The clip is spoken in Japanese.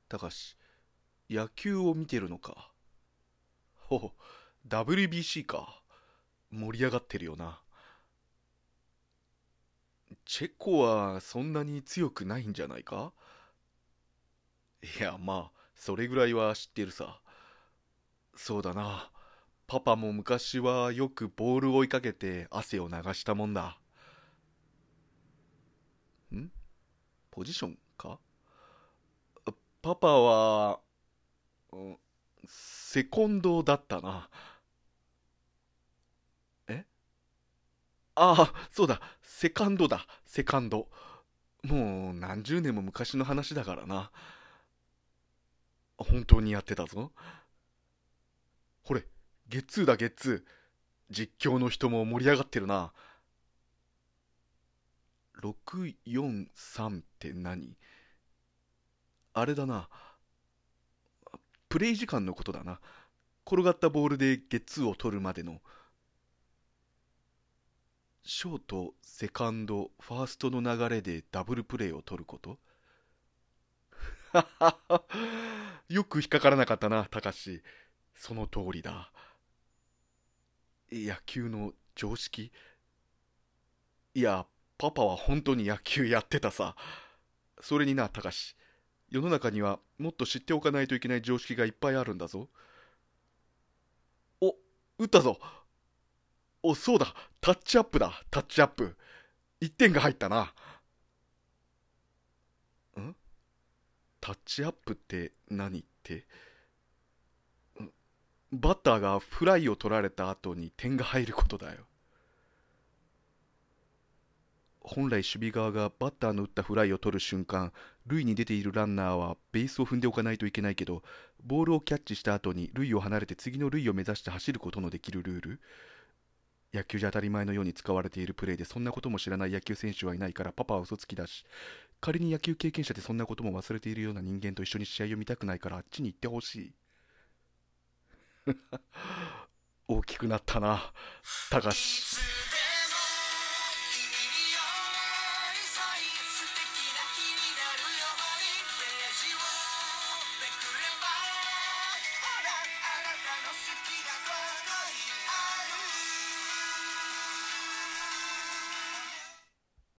たかし、野球を見てるのか。ほう、WBC か。盛り上がってるよな。チェコはそんなに強くないんじゃないか。いや、まあ、それぐらいは知ってるさ。そうだな。パパも昔はよくボールを追いかけて汗を流したもんだ。んポジションか。パパは、セコンドだったな。えああ、そうだ、セカンドだ、セカンド。もう何十年も昔の話だからな。本当にやってたぞ。ほれ、ゲッツーだゲッツー。実況の人も盛り上がってるな。643って何？あれだな。プレイ時間のことだな。転がったボールでゲッツーを取るまでの。ショート、セカンド、ファーストの流れでダブルプレーを取ること。よく引っかからなかったな、たかし。その通りだ。野球の常識。いや、パパは本当に野球やってたさ。それにな、たかし。世の中にはもっと知っておかないといけない常識がいっぱいあるんだぞ。お、打ったぞ。お、そうだ。タッチアップだ。タッチアップ。1点が入ったな。んタッチアップって何って？バッターがフライを取られた後に点が入ることだよ。本来守備側がバッターの打ったフライを取る瞬間、塁に出ているランナーはベースを踏んでおかないといけないけど、ボールをキャッチした後に塁を離れて次の塁を目指して走ることのできるルール。野球じゃ当たり前のように使われているプレーで、そんなことも知らない野球選手はいないからパパは嘘つきだし、仮に野球経験者でそんなことも忘れているような人間と一緒に試合を見たくないからあっちに行ってほしい。大きくなったな、たかし。